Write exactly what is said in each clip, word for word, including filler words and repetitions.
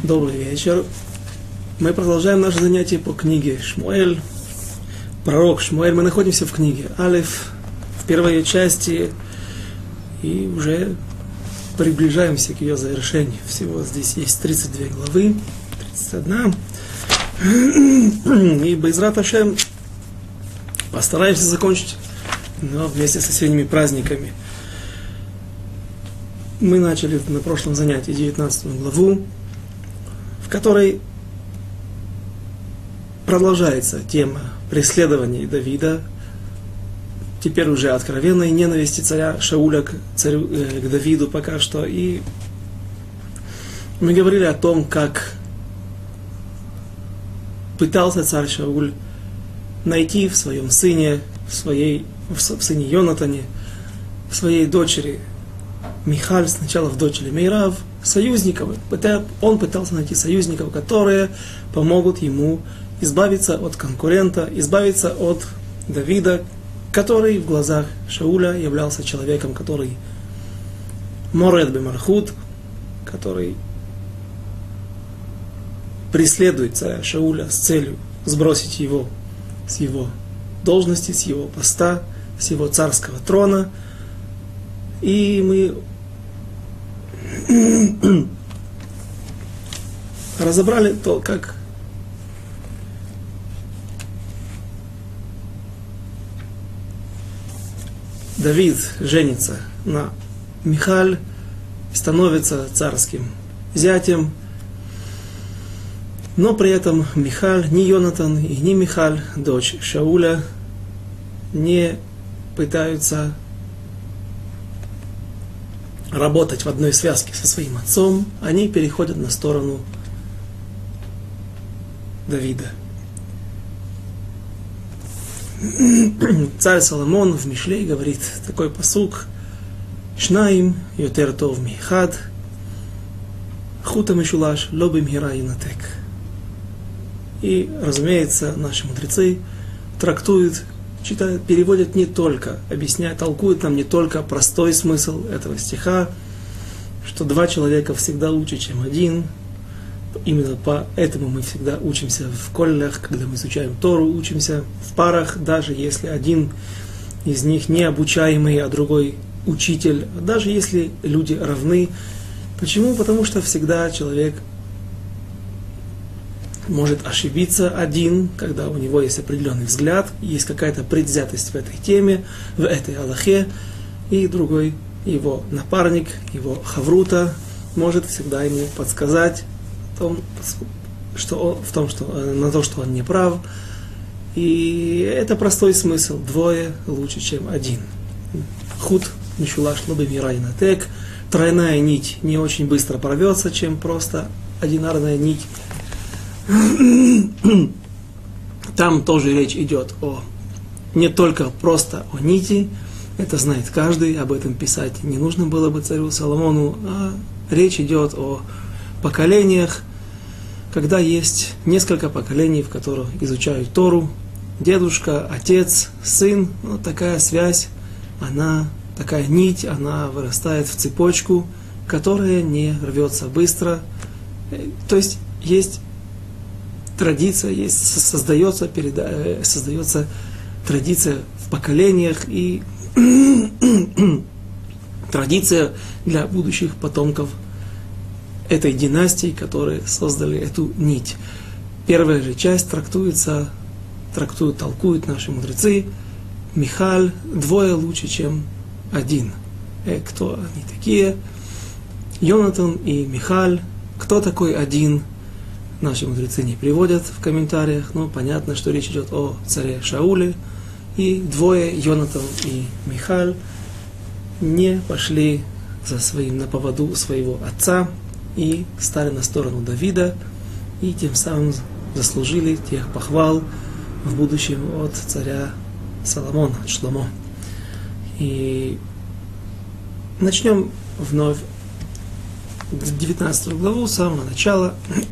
Добрый вечер. Мы продолжаем наше занятие по книге Шмуэль. Пророк Шмуэль. Мы находимся в книге Алеф, в первой части, и уже приближаемся к ее завершению. Всего здесь есть тридцать две главы, тридцать одна. И Бейзрат Ашем постараемся закончить, но вместе с осенними праздниками. Мы начали на прошлом занятии девятнадцатую главу, в которой продолжается тема преследования Давида, теперь уже откровенной ненависти царя Шауля к, царю, э, к Давиду пока что. И мы говорили о том, как пытался царь Шауль найти в своем сыне, в, своей, в сыне Йонатане, в своей дочери Михаль, сначала в дочери Мейрав, союзников. Он пытался найти союзников, которые помогут ему избавиться от конкурента, избавиться от Давида, который в глазах Шауля являлся человеком, который морет бемархут, который преследует царя Шауля с целью сбросить его с его должности, с его поста, с его царского трона. И мы разобрали то, как Давид женится на Михаль, становится царским зятем, но при этом Михаль, ни Йонатан и ни Михаль, дочь Шауля, не пытаются работать в одной связке со своим отцом, они переходят на сторону Давида. Царь Соломон в Мишлей говорит такой пасук: «Шнаим йотер тов михад, хута мишулаш ло бимхира йинатек». И, разумеется, наши мудрецы трактуют, читают, переводят не только, объясняют, толкуют нам не только простой смысл этого стиха, что два человека всегда лучше, чем один. Именно поэтому мы всегда учимся в коллях, когда мы изучаем Тору, учимся в парах, даже если один из них не обучаемый, а другой учитель, даже если люди равны. Почему? Потому что всегда человек может ошибиться один, когда у него есть определенный взгляд, есть какая-то предвзятость в этой теме, в этой алахе, и другой, его напарник, его хаврута, может всегда ему подсказать в том, что он, в том, что, на то, что он не прав. И это простой смысл. Двое лучше, чем один. Худ мишулаш ло бимхира йинатек. Тройная нить не очень быстро порвется, чем просто одинарная нить. Там тоже речь идет о не только просто о нити, это знает каждый, об этом писать не нужно было бы царю Соломону, а речь идет о поколениях, когда есть несколько поколений, в которых изучают Тору, дедушка, отец, сын, вот такая связь, она, такая нить, она вырастает в цепочку, которая не рвется быстро, то есть есть традиция, есть, создается, переда, создается традиция в поколениях и традиция для будущих потомков этой династии, которые создали эту нить. Первая же часть трактуется, трактуют, толкуют наши мудрецы: Михаль, двое лучше, чем один. Э, кто они такие? Йонатан и Михаль. Кто такой один? Наши мудрецы не приводят в комментариях, но понятно, что речь идет о царе Шауле. И двое, Йонатан и Михаль, не пошли за своим, на поводу своего отца и стали на сторону Давида, и тем самым заслужили тех похвал в будущем от царя Соломона, от Шломо. И начнем вновь девятнадцатую главу с самого начала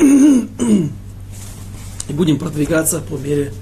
и будем продвигаться по мере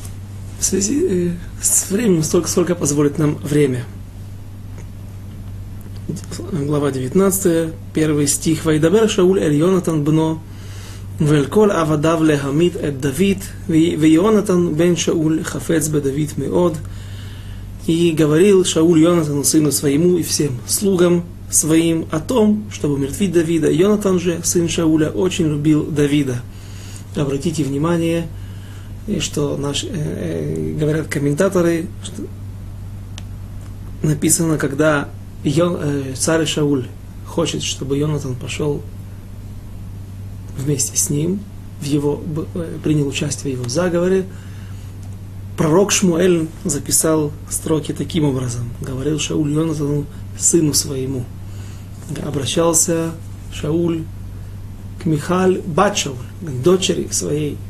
в связи с временем, столько, сколько позволит нам время. глава девятнадцатая, первый стих. «Вайдабер Шауль эль Йонатан бно, ואל כל עבדיו להמית את דוד, ויונתן бен Шауль хафец бе Давид меод». И говорил Шауль Йонатану, сыну своему, и всем слугам своим о том, чтобы умертвить Давида. Йонатан же, сын Шауля, очень любил Давида. Обратите внимание, что наш, э, э, говорят комментаторы, что написано, когда Йон, э, царь Шауль хочет, чтобы Йонатан пошел вместе с ним, в его, принял участие в его заговоре, пророк Шмуэль записал строки таким образом. Говорил Шауль Йонатану, сыну своему. Обращался Шауль к Михаль бат Шауль, к дочери своей.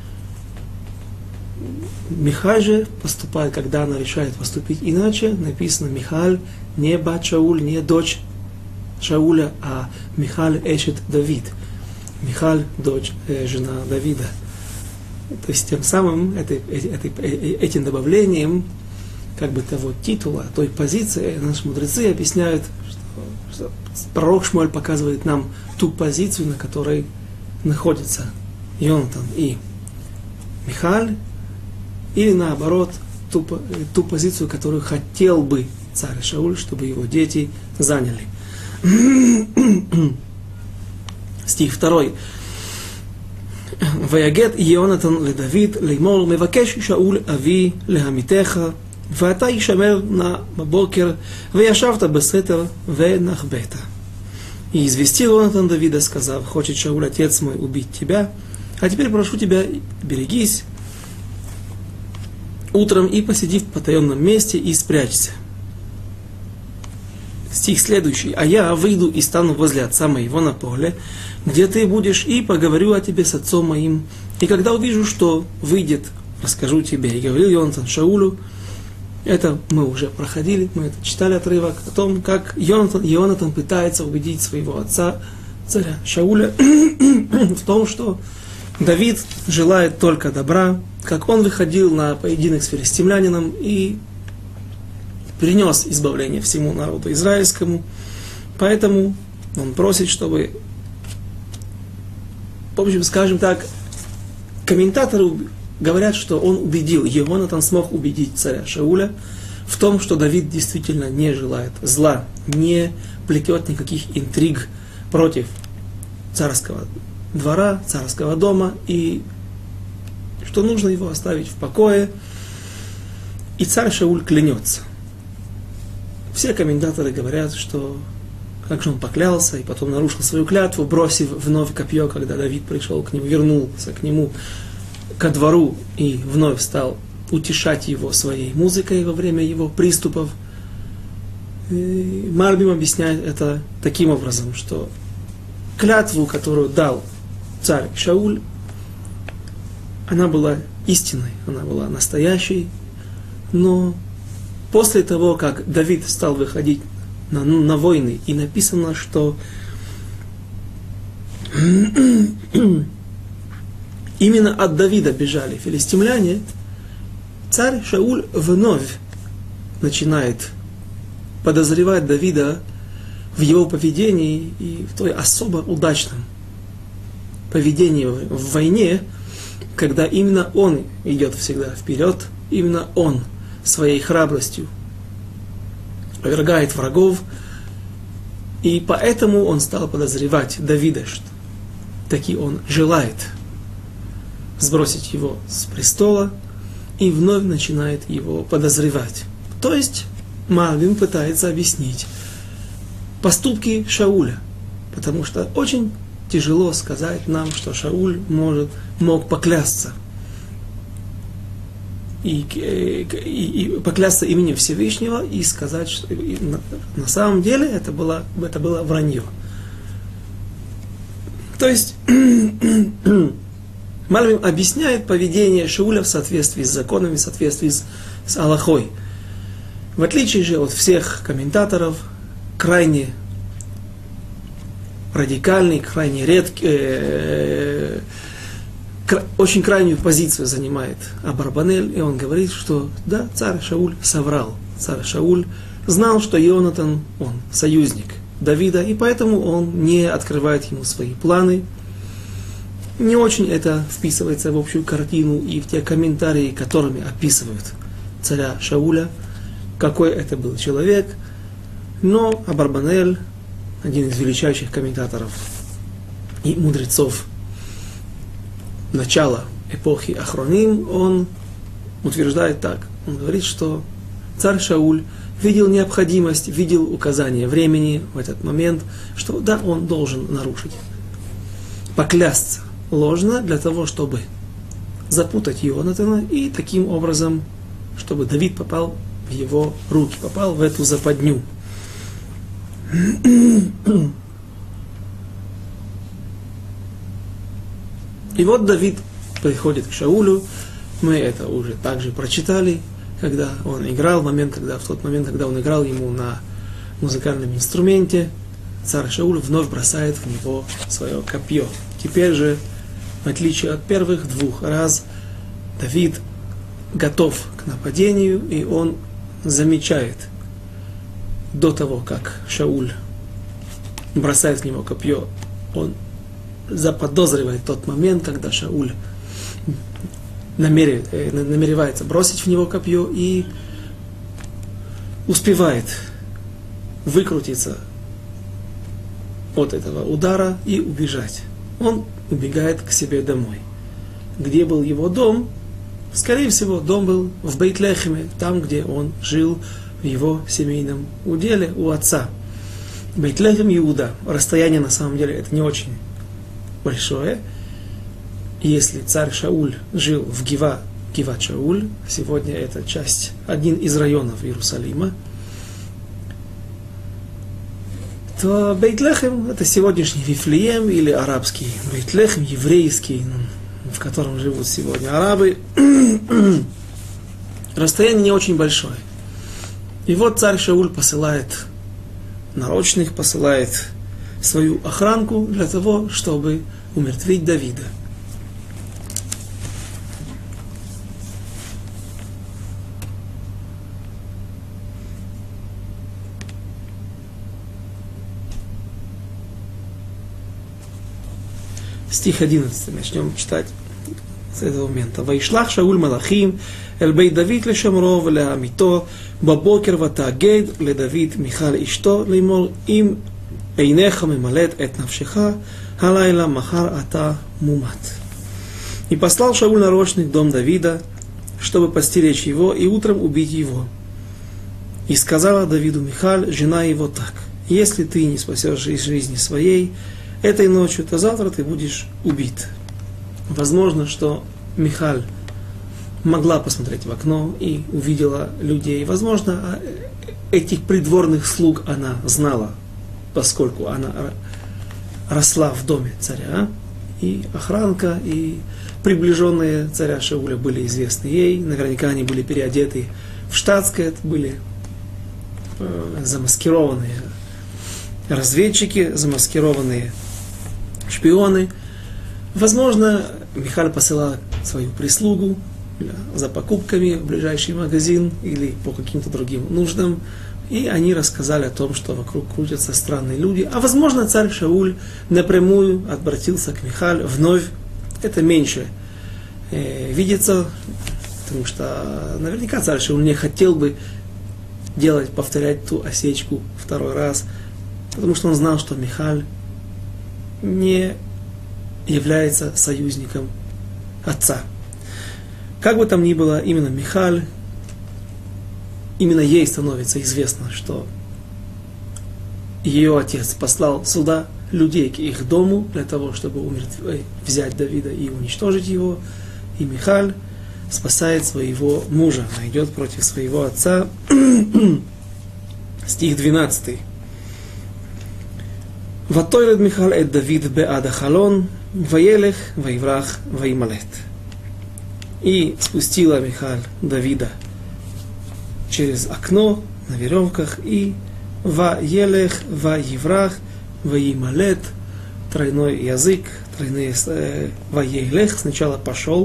Михаль же поступает, когда она решает поступить иначе, написано Михаль не бат Шауль, не дочь Шауля, а Михаль эшет Давид. Михаль, дочь, э, жена Давида. То есть тем самым, этой, этой, этим добавлением как бы того титула, той позиции, наши мудрецы объясняют, что, что пророк Шмуэль показывает нам ту позицию, на которой находится Йонатан и Михаль, или наоборот, ту, ту позицию, которую хотел бы царь Шауль, чтобы его дети заняли. Стих второй. ויגד יונתן לדוד לאמור מבקש שאול אבי להמיתך ואתה ישמר נא בבוקר וישבת בסתר ונחבאת. И известил Йонатан Давида, сказав: хочет Шауль, отец мой, убить тебя, а теперь прошу тебя, берегись утром и посиди в потаенном месте и спрячься. Стих следующий. А я выйду и стану возле отца моего на поле, где ты будешь, и поговорю о тебе с отцом моим. И когда увижу, что выйдет, расскажу тебе. И говорил Йонатан Шаулю, это мы уже проходили, мы это читали отрывок, о том, как Йонатан, Йонатан пытается убедить своего отца, царя Шауля, в том, что Давид желает только добра, как он выходил на поединок с филистимлянином и принес избавление всему народу израильскому. Поэтому он просит, чтобы, в общем, скажем так, комментаторы говорят, что он убедил, Йонатан смог убедить царя Шауля в том, что Давид действительно не желает зла, не плетет никаких интриг против царского двора, царского дома, и что нужно его оставить в покое. И царь Шауль клянется. Все комментаторы говорят, что как же он поклялся и потом нарушил свою клятву, бросив вновь копье, когда Давид пришел к нему, вернулся к нему ко двору и вновь стал утешать его своей музыкой во время его приступов. И Мальбим объясняет это таким образом, что клятву, которую дал царь Шауль, она была истинной, она была настоящей, но после того, как Давид стал выходить на, на войны, и написано, что именно от Давида бежали филистимляне, царь Шауль вновь начинает подозревать Давида в его поведении и в той особо удачном поведении в войне, когда именно он идет всегда вперед, именно он своей храбростью повергает врагов, и поэтому он стал подозревать Давида, что таки он желает сбросить его с престола, и вновь начинает его подозревать. То есть Мальбим пытается объяснить поступки Шауля, потому что очень тяжело сказать нам, что Шауль может, мог поклясться и, и, и поклясться именем Всевышнего и сказать, что и на, на самом деле это было, это было вранье. То есть Мальбим объясняет поведение Шауля в соответствии с законами, в соответствии с, с Алахой. В отличие же от всех комментаторов, крайне радикальный, крайне редкий, э, кра, очень крайнюю позицию занимает Абарбанель, и он говорит, что да, царь Шауль соврал. Царь Шауль знал, что Йонатан, он союзник Давида, и поэтому он не открывает ему свои планы. Не очень это вписывается в общую картину и в те комментарии, которыми описывают царя Шауля, какой это был человек. Но Абарбанель, один из величайших комментаторов и мудрецов начала эпохи Ахроним, он утверждает так. Он говорит, что царь Шауль видел необходимость, видел указание времени в этот момент, что да, он должен нарушить, поклясться ложно для того, чтобы запутать Йонатана и таким образом, чтобы Давид попал в его руки, попал в эту западню. И вот Давид приходит к Шаулю, мы это уже также прочитали, когда он играл, в момент, когда, в тот момент, когда он играл ему на музыкальном инструменте, царь Шауль вновь бросает в него свое копье. Теперь же, в отличие от первых двух раз, Давид готов к нападению, и он замечает до того, как Шауль бросает в него копье, он заподозривает тот момент, когда Шауль намерев, намеревается бросить в него копье и успевает выкрутиться от этого удара и убежать. Он убегает к себе домой. Где был его дом? Скорее всего, дом был в Бейт-Лехеме, там, где он жил в его семейном уделе у отца. Бейт-Лехем Иуда. Расстояние на самом деле это не очень большое. Если царь Шауль жил в Гива, Гиват Шауль, сегодня это часть, один из районов Иерусалима, то Бейт-Лехем это сегодняшний Вифлеем или арабский Бейт-Лехем, еврейский, в котором живут сегодня арабы. Расстояние не очень большое. И вот царь Шауль посылает нарочных, посылает свою охранку для того, чтобы умертвить Давида. Стих одиннадцатый, начнем читать с этого момента. «Ваишлах Шауль Малахим, эль бейт Давид лешамро велеамито, бабокер ватагед ледавид Михал ишто, леймор им эйнеха мемалет эт навшеха, халайла махар ата мумат». И послал Шауль нарочных в дом Давида, чтобы постеречь его и утром убить его. И сказала Давиду Михаль, жена его, так: «Если ты не спасешь из жизни своей этой ночью, то завтра ты будешь убит». Возможно, что Михаль могла посмотреть в окно и увидела людей. Возможно, этих придворных слуг она знала, поскольку она росла в доме царя. И охранка, и приближенные царя Шауля были известны ей. Наверняка они были переодеты в штатское, это были замаскированные разведчики, замаскированные шпионы. Возможно, Михаль посылал свою прислугу за покупками в ближайший магазин или по каким-то другим нуждам, и они рассказали о том, что вокруг крутятся странные люди. А возможно, царь Шауль напрямую обратился к Михаль вновь. Это меньше э, видится, потому что наверняка царь Шауль не хотел бы делать, повторять ту осечку второй раз, потому что он знал, что Михаль не является союзником отца. Как бы там ни было, именно Михаль, именно ей становится известно, что ее отец послал сюда людей к их дому для того, чтобы умертв... взять Давида и уничтожить его. И Михаль спасает своего мужа, она идет против своего отца. Стих двенадцатый. «Ватойред Михаль эт Давид беад ахалон, ваелех, ваиврах, ваималет». И спустила Михаль Давида через окно на веревках, и ваелех, ваиврах, ваималет, тройной язык, тройные э, ваелех, сначала пошел,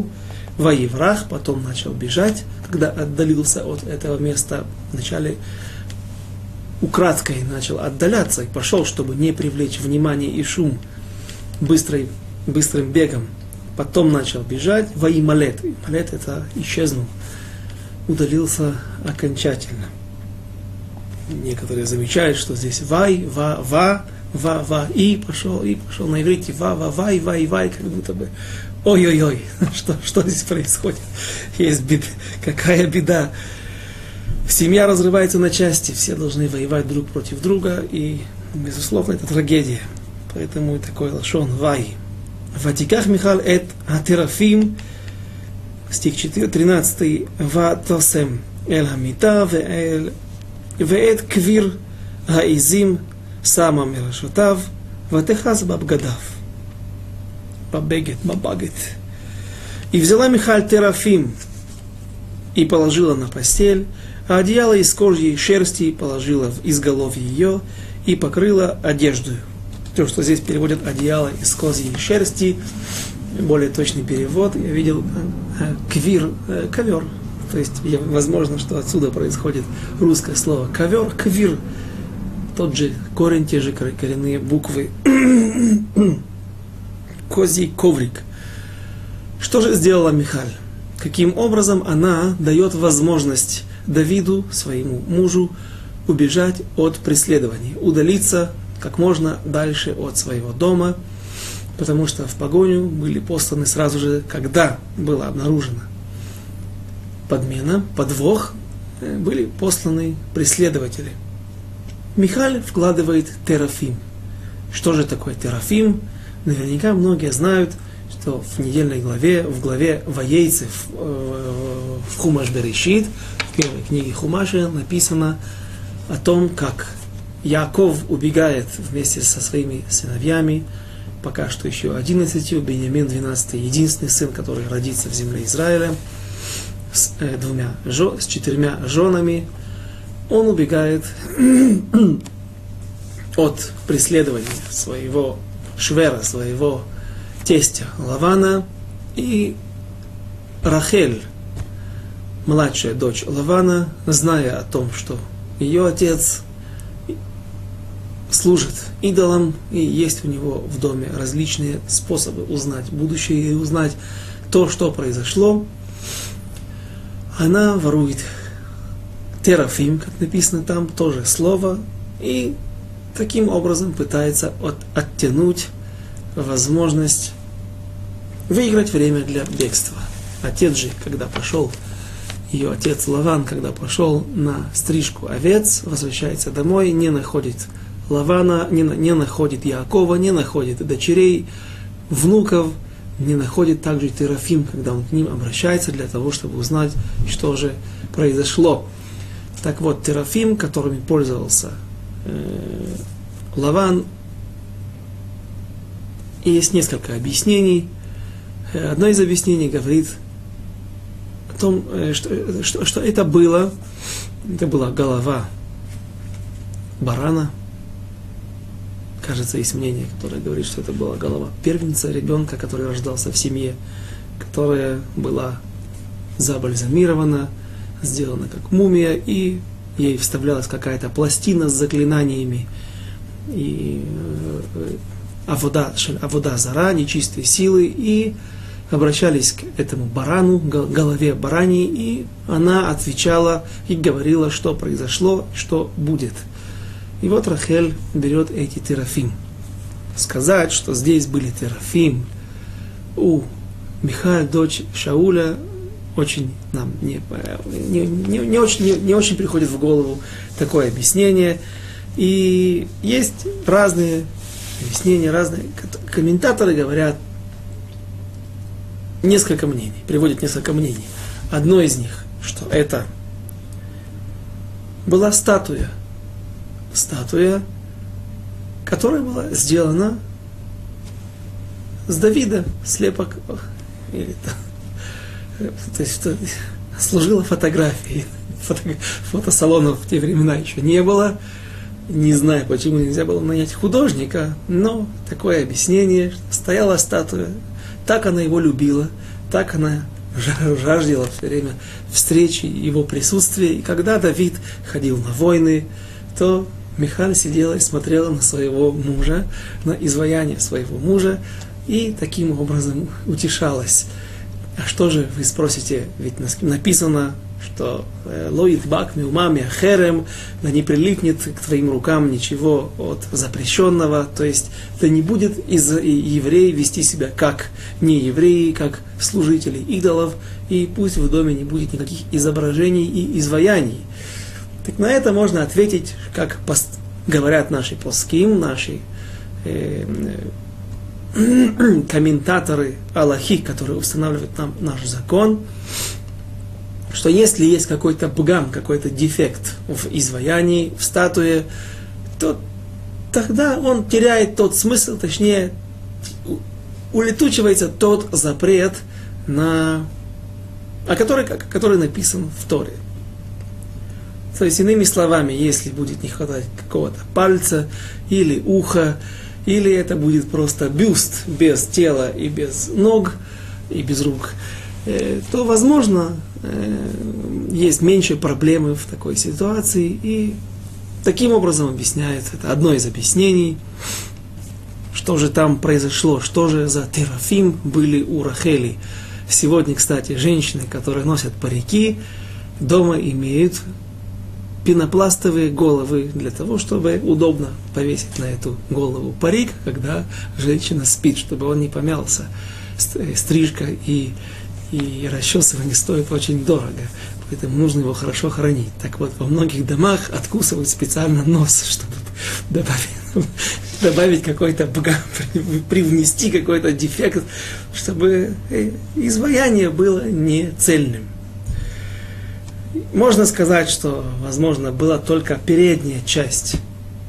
ваиврах, потом начал бежать, когда отдалился от этого места. Вначале украдкой начал отдаляться и пошел, чтобы не привлечь внимание и шум быстрый, быстрым бегом. Потом начал бежать, ваималет. Малет это исчезнул, удалился окончательно. Некоторые замечают, что здесь вай, ва, ва, ва, ва, и пошел, и пошел на иврите ва, ва, вай, вай, вай, как будто бы ой-ой-ой, что, что здесь происходит? Есть беда, какая беда. Семья разрывается на части, все должны воевать друг против друга, и, безусловно, это трагедия. Поэтому и такой лашон вай. Ватиках Михал эт атерафим, стих тринадцатый, ватосем эль хамита веэт квир хаизим сама мирашотав ватехаз бабгадав. Бабегет, бабагет. И взяла Михаль терафим и положила на постель, а одеяло из кожи шерсти положила в изголовье ее и покрыла одеждою. То, что здесь переводят одеяло из козьей шерсти, более точный перевод, я видел квир, ковер. То есть, возможно, что отсюда происходит русское слово ковер, квир. Тот же корень, те же коренные буквы. Козий коврик. Что же сделала Михаль? Каким образом она дает возможность Давиду, своему мужу, убежать от преследований, удалиться как можно дальше от своего дома, потому что в погоню были посланы сразу же, когда была обнаружена подмена, подвох, были посланы преследователи. Михаль вкладывает терафим. Что же такое терафим? Наверняка многие знают, что в недельной главе, в главе Ваейцев, в Хумаш Берешит, в первой книге Хумаша, написано о том, как Яаков убегает вместе со своими сыновьями, пока что еще одиннадцатью, Беньямин двенадцатый, единственный сын, который родится в земле Израиля, с, э, двумя, с четырьмя женами. Он убегает от преследования своего швера, своего тестя Лавана, и Рахель, младшая дочь Лавана, зная о том, что ее отец служит идолам, и есть у него в доме различные способы узнать будущее и узнать то, что произошло, она ворует терафим, как написано там, тоже слово, и таким образом пытается от, оттянуть возможность выиграть время для бегства. Отец же, когда пошел, ее отец Лаван, когда пошел на стрижку овец, возвращается домой, не находит Лавана, не, не находит Яакова, не находит дочерей, внуков, не находит также Терафим, когда он к ним обращается для того, чтобы узнать, что же произошло. Так вот, Терафим, которыми пользовался э, Лаван, и есть несколько объяснений. Одно из объяснений говорит о том, что, что, что это было, это была голова барана. Кажется, есть мнение, которое говорит, что это была голова первенца, ребенка, который рождался в семье, которая была забальзамирована, сделана как мумия, и ей вставлялась какая-то пластина с заклинаниями, и авода, авода зара, нечистые силы, и обращались к этому барану, голове бараньей, и она отвечала и говорила, что произошло, что будет. И вот Рахель берет эти терафим. Сказать, что здесь были терафим у Михаль, дочь Шауля, очень нам не, не, не, не, очень, не, не очень приходит в голову такое объяснение. И есть разные объяснения, разные комментаторы говорят несколько мнений, приводят несколько мнений. Одно из них, что это была статуя, статуя, которая была сделана с Давида, слепок, или, то есть служила фотографией. Фото, фотосалонов в те времена еще не было. Не знаю, почему нельзя было нанять художника, но такое объяснение, что стояла статуя, так она его любила, так она жаждала все время встречи, его присутствия. И когда Давид ходил на войны, то Михаль сидела и смотрела на своего мужа, на изваяние своего мужа, и таким образом утешалась. А что же, вы спросите, ведь написано, что «Лоид бак миумами ахерем», да не прилипнет к твоим рукам ничего от запрещенного, то есть да не будет из евреи вести себя как не евреи, как служители идолов, и пусть в доме не будет никаких изображений и изваяний. Так на это можно ответить, как пост, говорят наши поским, наши э, э, комментаторы Аллахи, которые устанавливают нам наш закон, что если есть какой-то бгам, какой-то дефект в изваянии, в статуе, то тогда он теряет тот смысл, точнее, улетучивается тот запрет, на, о который, который написан в Торе. То есть, иными словами, если будет не хватать какого-то пальца или уха, или это будет просто бюст без тела и без ног, и без рук, то, возможно, есть меньше проблемы в такой ситуации, и таким образом объясняется, это одно из объяснений, что же там произошло, что же за терафим были у Рахели. Сегодня, кстати, женщины, которые носят парики, дома имеют пенопластовые головы для того, чтобы удобно повесить на эту голову парик, когда женщина спит, чтобы он не помялся. Стрижка и, и расчесывание стоят очень дорого, поэтому нужно его хорошо хранить. Так вот, во многих домах откусывают специально нос, чтобы добавить, добавить какой-то бгам, привнести какой-то дефект, чтобы изваяние было не цельным. Можно сказать, что, возможно, была только передняя часть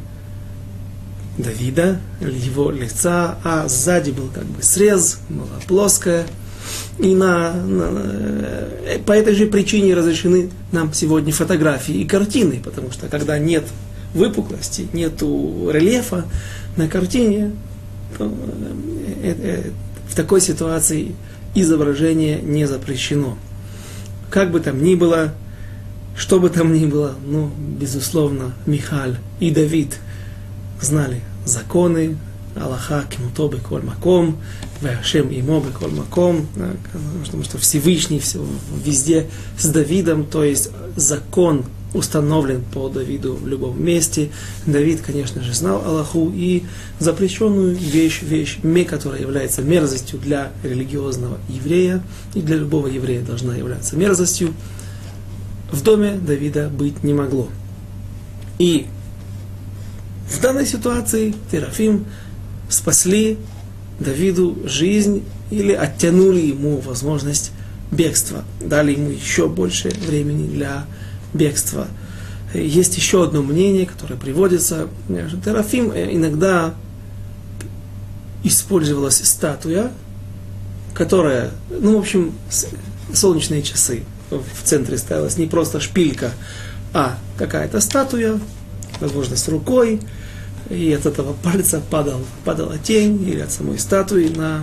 Давида, его лица, а сзади был как бы срез, была плоская. И на, на, по этой же причине разрешены нам сегодня фотографии и картины, потому что когда нет выпуклости, нету рельефа на картине, то э, э, в такой ситуации изображение не запрещено. Как бы там ни было, что бы там ни было, ну, безусловно, Михаль и Давид знали законы, Аллаха кимуто беколь маком, веашем имо беколь маком, потому что Всевышний все, везде с Давидом, то есть закон установлен по Давиду в любом месте. Давид, конечно же, знал Аллаху и запрещенную вещь, вещь, которая является мерзостью для религиозного еврея, и для любого еврея должна являться мерзостью, в доме Давида быть не могло. И в данной ситуации терафим спасли Давиду жизнь или оттянули ему возможность бегства, дали ему еще больше времени для бегства. Есть еще одно мнение, которое приводится. Терафим иногда использовалась статуя, которая, ну, в общем, солнечные часы. В центре ставилась не просто шпилька, а какая-то статуя, возможно, с рукой, и от этого пальца падал, падала тень, или от самой статуи на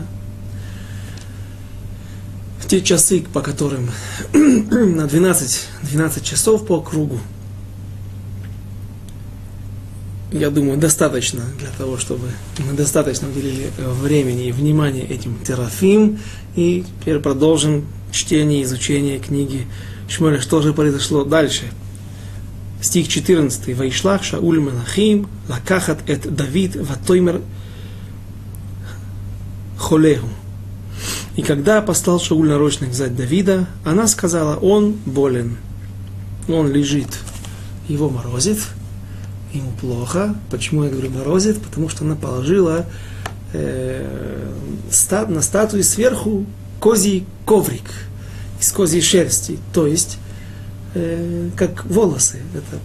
те часы, по которым на двенадцать, двенадцать часов по кругу. Я думаю, достаточно для того, чтобы мы достаточно уделили времени и внимания этим терафим. И теперь продолжим чтение и изучение книги Шмуэля. Что же произошло дальше? Стих четырнадцатый. «Ваишлах Шауль Мелахим лакахат эт Давид ватоймер холеху». И когда послал Шауль нарочно взять Давида, она сказала: он болен, он лежит, его морозит, ему плохо. Почему я говорю морозит? Потому что она положила э, ста, на статуе сверху козий коврик из козьей шерсти, то есть э, как волосы. Это,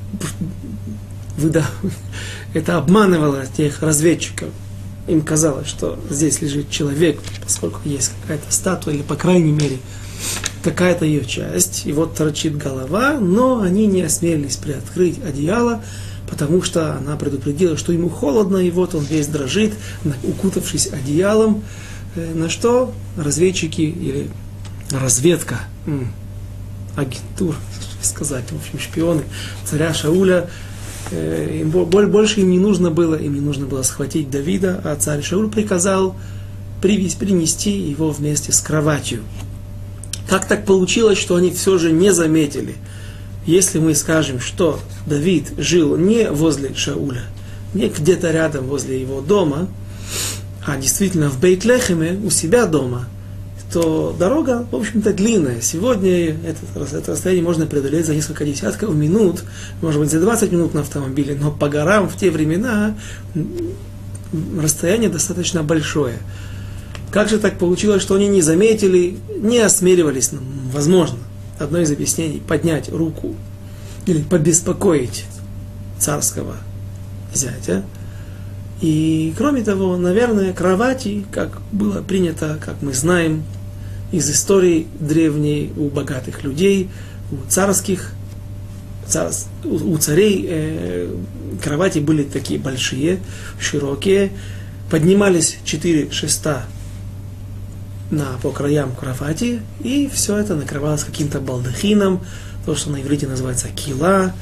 выда, это обманывало тех разведчиков. Им казалось, что здесь лежит человек, поскольку есть какая-то статуя, или, по крайней мере, какая-то ее часть, и вот торчит голова, но они не осмелились приоткрыть одеяло, потому что она предупредила, что ему холодно, и вот он весь дрожит, укутавшись одеялом, на что разведчики или разведка, агентура, сказать, в общем, шпионы царя Шауля Им больше им не нужно было, им не нужно было схватить Давида, а царь Шауль приказал привезти, принести его вместе с кроватью. Как так получилось, что они все же не заметили? Если мы скажем, что Давид жил не возле Шауля, не где-то рядом возле его дома, а действительно в Бейт-Лехеме, у себя дома, то дорога, в общем-то, длинная. Сегодня это, это расстояние можно преодолеть за несколько десятков минут, может быть, за двадцать минут на автомобиле, но по горам в те времена расстояние достаточно большое. Как же так получилось, что они не заметили, не осмеливались, возможно, одно из объяснений, поднять руку или побеспокоить царского зятя. И, кроме того, наверное, кровати, как было принято, как мы знаем, из истории древней у богатых людей, у царских, цар, у царей э, кровати были такие большие, широкие, поднимались четыре шеста на, по краям кровати, и все это накрывалось каким-то балдахином, то, что на иврите называется кила.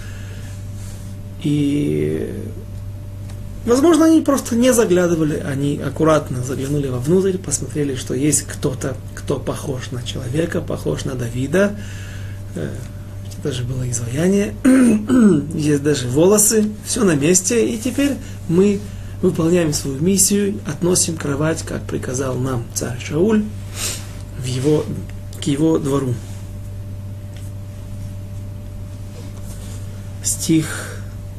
И, возможно, они просто не заглядывали, они аккуратно заглянули вовнутрь, посмотрели, что есть кто-то, кто похож на человека, похож на Давида. Даже было изваяние, есть даже волосы, все на месте, и теперь мы выполняем свою миссию, относим кровать, как приказал нам царь Шауль, в его, к его двору. Стих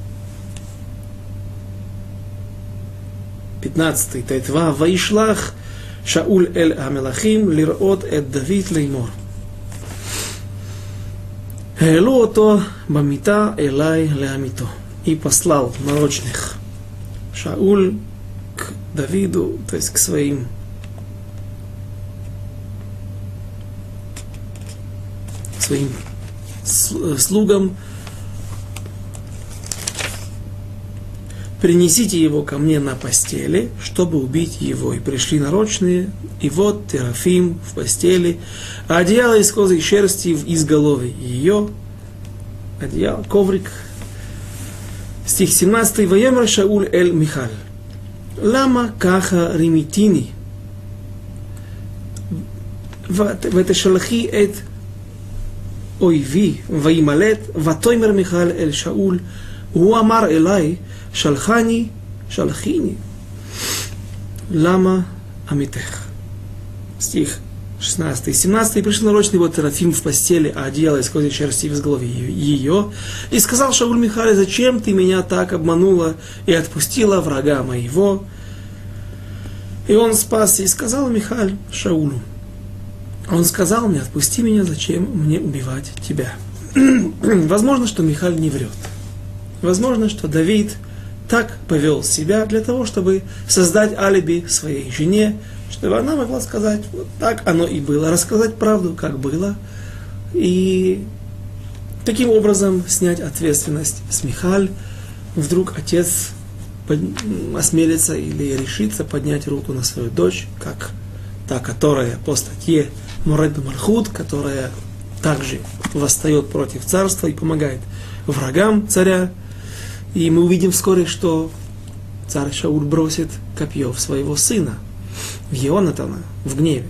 пятнадцатый. Тайтва ваишлах Шауль эль амелахим лирот эт Давид леймор. Элу ото бамита элай леамито. И послал нарочных Шауль к Давиду, то есть к своим своим слугам: принесите его ко мне на постели, чтобы убить его. И пришли нарочные, и вот Терафим в постели, а одеяло из козьей шерсти из головы ее, одеяло, коврик. Стих семнадцатый. Ваемер Шауль эль Михаль. Лама каха римитини. ותשלחי את אויבי וימלט ותאמר מיכל אל שאול הוא אמר אליי שלחני שלחיני лама амитех. Стих шестнадцатый. семнадцатый. Пришел нарочный вот Терафим в постели, а одеяло из козьей шерсти в голове ее, и сказал Шауль Михале: зачем ты меня так обманула и отпустила врага моего? И он спасся, и сказал Михаль Шаулу: он сказал мне: отпусти меня, зачем мне убивать тебя? Возможно, что Михаль не врет. Возможно, что Давид так повел себя для того, чтобы создать алиби своей жене, чтобы она могла сказать: вот так оно и было, рассказать правду, как было, и таким образом снять ответственность с Михаль. Вдруг отец осмелится или решится поднять руку на свою дочь, как та, которая по статье Моред бе-Мальхут, которая также восстает против царства и помогает врагам царя. И мы увидим вскоре, что царь Шауль бросит копье в своего сына, в Йонатана, в гневе.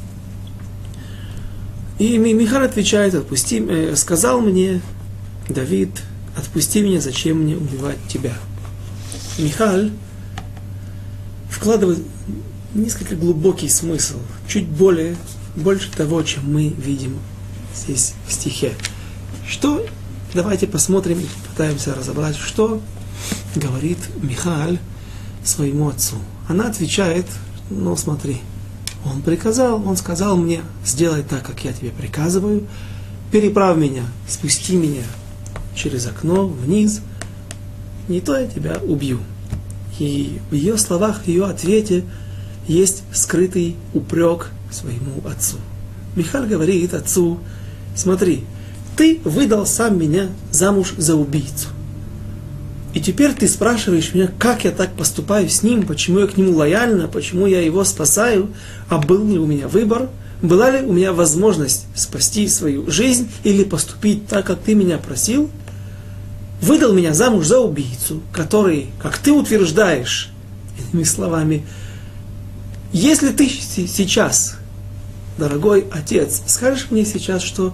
И Михаль отвечает: отпусти, э, сказал мне Давид: отпусти меня, зачем мне убивать тебя? Михаль вкладывает несколько глубокий смысл, чуть более, больше того, чем мы видим здесь в стихе. Что? Давайте посмотрим и попытаемся разобрать, что говорит Михаль своему отцу. Она отвечает: ну смотри, он приказал, он сказал мне: сделай так, как я тебе приказываю, переправь меня, спусти меня через окно вниз, не то я тебя убью. И в ее словах, в ее ответе есть скрытый упрек своему отцу. Михаль говорит отцу: смотри, ты выдал сам меня замуж за убийцу. И теперь ты спрашиваешь меня, как я так поступаю с ним, почему я к нему лояльна, почему я его спасаю, а был ли у меня выбор, была ли у меня возможность спасти свою жизнь или поступить так, как ты меня просил? выдал меня замуж за убийцу, который, как ты утверждаешь, иными словами, если ты сейчас, дорогой отец, скажешь мне сейчас, что,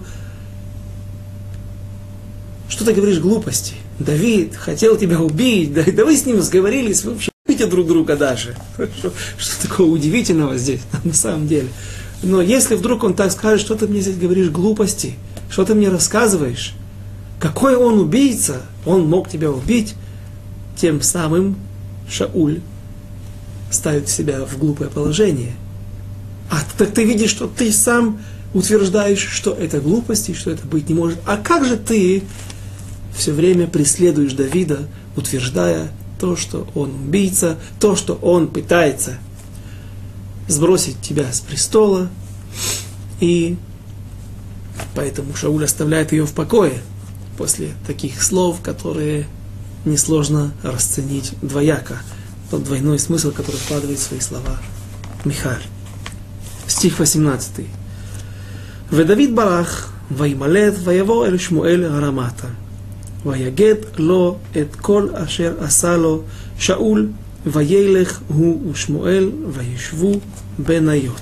что ты говоришь глупости, Давид хотел тебя убить, да, да вы с ним сговорились, вы вообще любите друг друга даже. Что, что такого удивительного здесь, на самом деле. Но если вдруг он так скажет, что ты мне здесь говоришь глупости, что ты мне рассказываешь, какой он убийца, он мог тебя убить, тем самым Шауль ставит себя в глупое положение. А так ты видишь, что ты сам утверждаешь, что это глупости, что это быть не может. А как же ты все время преследуешь Давида, утверждая то, что он убийца, то, что он пытается сбросить тебя с престола, и поэтому Шауль оставляет ее в покое после таких слов, которые несложно расценить двояко. Тот двойной смысл, который вкладывает в свои слова Михаль. Стих восемнадцатый. «Ведавид барах, ваймалет, ваяво эль Шмуэль гарамата, ваягет ло эт кол ашер асало Шауль, ваейлех гу ушмуэль, ваешву бенайот».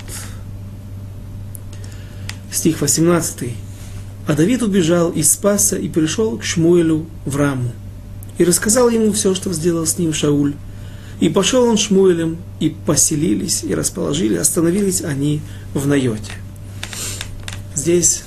Стих восемнадцатый. «А Давид убежал и спасся, и пришел к Шмуэлю в Раму, и рассказал ему все, что сделал с ним Шауль. И пошел он Шмуэлем, и поселились, и расположили, остановились они в Найоте». Здесь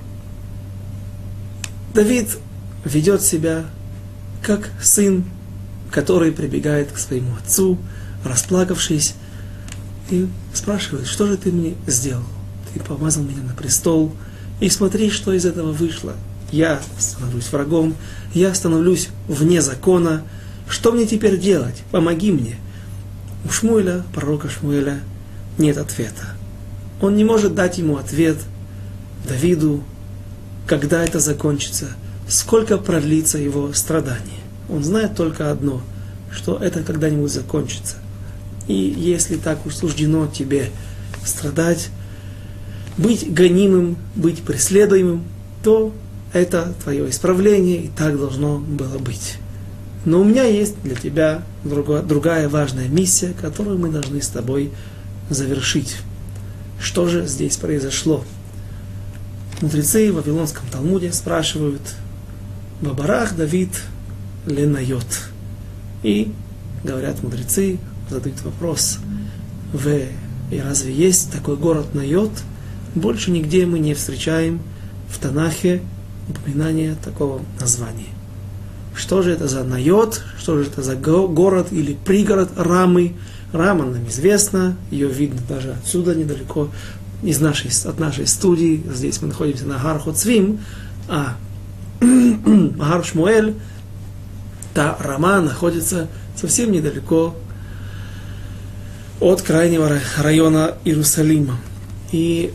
Давид ведет себя как сын, который прибегает к своему отцу, расплакавшись, и спрашивает: что же ты мне сделал? Ты помазал меня на престол, и смотри, что из этого вышло. Я становлюсь врагом, я становлюсь вне закона. Что мне теперь делать? Помоги мне. У Шмуэля, пророка Шмуэля, нет ответа. Он не может дать ему ответ, Давиду, когда это закончится, сколько продлится его страдание. Он знает только одно, что это когда-нибудь закончится. И если так уж суждено тебе страдать, быть гонимым, быть преследуемым, то это твое исправление, и так должно было быть. Но у меня есть для тебя другая, другая важная миссия, которую мы должны с тобой завершить. Что же здесь произошло? Мудрецы в Вавилонском Талмуде спрашивают: «Бабарах Давид ленайот». И говорят мудрецы, задают вопрос: «В, и разве есть такой город Найот?» Больше нигде мы не встречаем в Танахе упоминания такого названия. Что же это за Найот? Что же это за город или пригород Рамы? Рама нам известна, ее видно даже отсюда, недалеко из нашей, от нашей студии. Здесь мы находимся на Гар Хоцвим, а Гар Шмуэль, та Рама находится совсем недалеко от крайнего района Иерусалима. И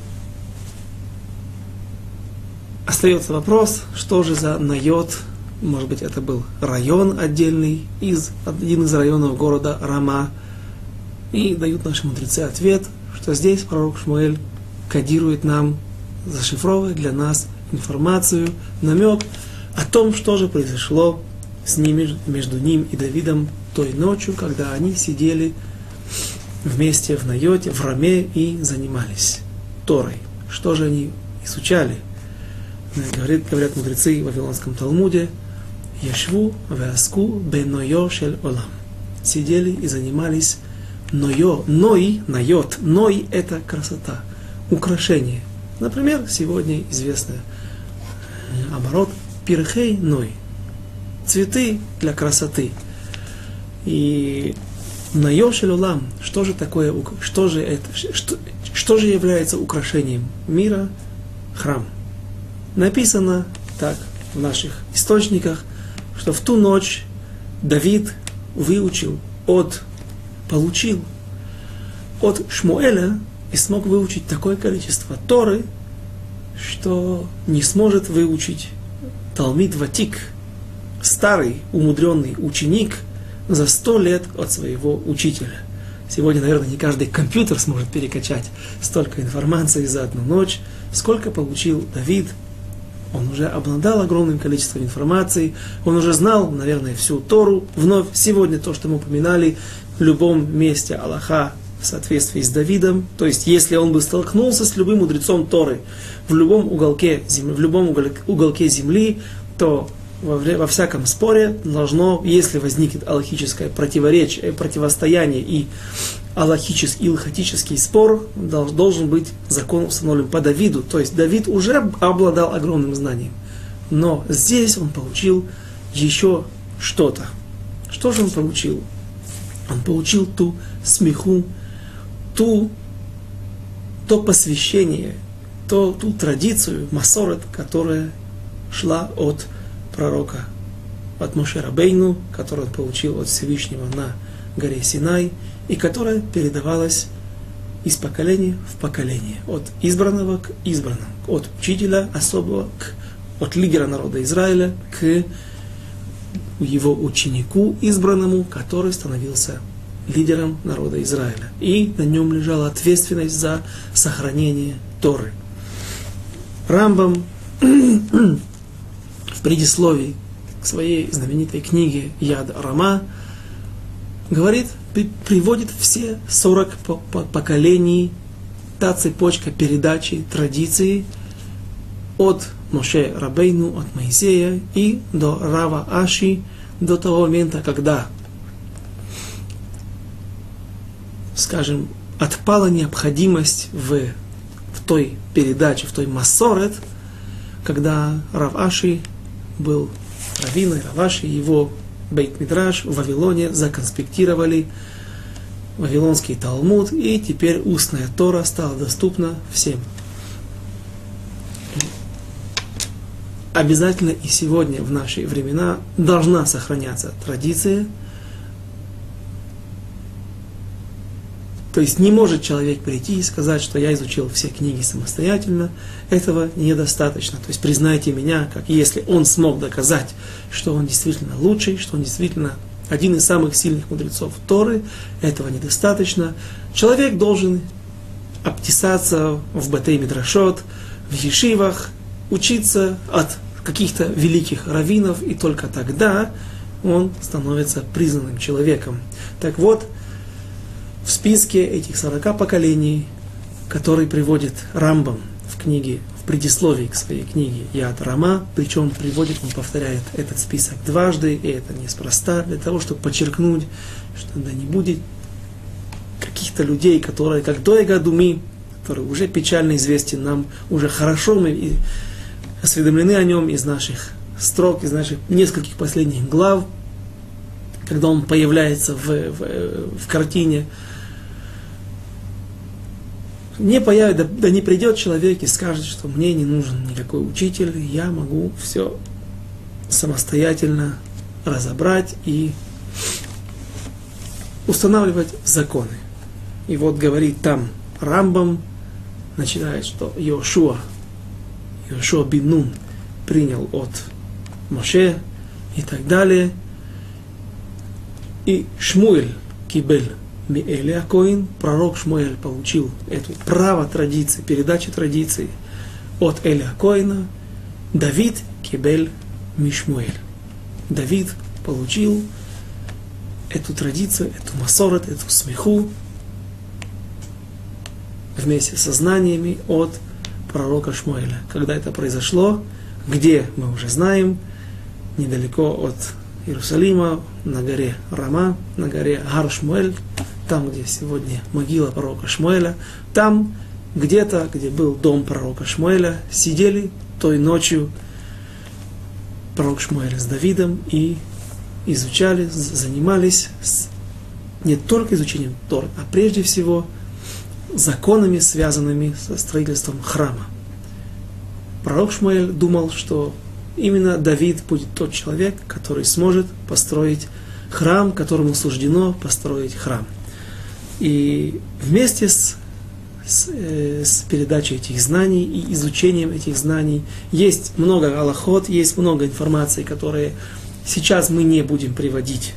остается вопрос, что же за Найот? Может быть, это был район отдельный, из, один из районов города Рама. И дают наши мудрецы ответ, что здесь пророк Шмуэль кодирует нам, зашифровывает для нас информацию, намек о том, что же произошло с ними, между ним и Давидом той ночью, когда они сидели вместе в Найоте, в Раме и занимались Торой. Что же они изучали? Говорят, говорят мудрецы в Вавилонском Талмуде: «Яшву веаску бенойо шель олам». Сидели и занимались Нойо, Ной, Найот. Ной – это красота, украшение. Например, сегодня известный оборот пирхей Ной. Цветы для красоты. И Найо шель олам. Что же такое, что же это, что, что же является украшением мира? Храм. Написано так в наших источниках, что в ту ночь Давид выучил от, получил от Шмуэля и смог выучить такое количество Торы, что не сможет выучить Талмид Ватик, старый, умудренный ученик, за сто лет от своего учителя. Сегодня, наверное, не каждый компьютер сможет перекачать столько информации за одну ночь, сколько получил Давид Он уже обладал огромным количеством информации, он уже знал, наверное, всю Тору. Вновь сегодня то, что мы упоминали, в любом месте Аллаха в соответствии с Давидом, то есть если он бы столкнулся с любым мудрецом Торы в любом уголке земли, в любом уголке земли, то во, во всяком споре должно, если возникнет аллахическое противоречие, противостояние и аллахический, илхатический спор, должен быть закон установлен по Давиду. То есть Давид уже обладал огромным знанием. Но здесь он получил еще что-то. Что же он получил? Он получил ту смеху, ту, то посвящение, то, ту традицию, масорет, которая шла от пророка, от Моше Рабейну, которую он получил от Всевышнего на горе Синай, и которая передавалась из поколения в поколение, от избранного к избранному, от учителя особого, к, от лидера народа Израиля к его ученику избранному, который становился лидером народа Израиля. И на нем лежала ответственность за сохранение Торы. Рамбам в предисловии к своей знаменитой книге Яд Рама говорит, приводит все сорок поколений, та цепочка передачи традиции от Моше Рабейну, от Моисея и до Рава Аши, до того момента, когда, скажем, отпала необходимость в, в той передаче, в той масорет, когда Рав Аши был раввином, Рав Аши, его Бейт-Мидраш в Вавилоне законспектировали Вавилонский Талмуд, и теперь устная Тора стала доступна всем. Обязательно и сегодня, в наши времена, должна сохраняться традиция. То есть не может человек прийти и сказать, что я изучил все книги самостоятельно. Этого недостаточно. То есть признайте меня, как если он смог доказать, что он действительно лучший, что он действительно один из самых сильных мудрецов Торы, этого недостаточно. Человек должен обтесаться в Бетей Мидрашот, в ешивах, учиться от каких-то великих раввинов, и только тогда он становится признанным человеком. Так вот, в списке этих сорока поколений, который приводит Рамбам в книге, в предисловии к своей книге Яд Рама, причем приводит, он повторяет этот список дважды, и это неспроста, для того, чтобы подчеркнуть, что да не будет каких-то людей, которые, как Доега Думи, который уже печально известен нам, уже хорошо мы и осведомлены о нем из наших строк, из наших нескольких последних глав, когда он появляется в, в, в картине. Не появится, да, да не придет человек и скажет, что мне не нужен никакой учитель, я могу все самостоятельно разобрать и устанавливать законы. И вот говорит там Рамбам, начинает, что Йошуа, Йошуа бин Нун принял от Моше и так далее. И Шмуэль кибель Миэли Акоин, пророк Шмуэль получил это право традиции, передачи традиции от Эли Акоина. Давид кибель Мишмуэль. Давид получил эту традицию, эту масорет, эту смеху вместе со знаниями от пророка Шмуэля. Когда это произошло, где, мы уже знаем, недалеко от Иерусалима, на горе Рама, на горе Гар Шмуэль, там, где сегодня могила пророка Шмуэля, там, где-то, где был дом пророка Шмуэля, сидели той ночью пророк Шмуэль с Давидом и изучали, занимались с, не только изучением Торы, а прежде всего законами, связанными со строительством храма. Пророк Шмуэль думал, что именно Давид будет тот человек, который сможет построить храм, которому суждено построить храм. И вместе с, с, э, с передачей этих знаний и изучением этих знаний есть много алахот, есть много информации, которые сейчас мы не будем приводить.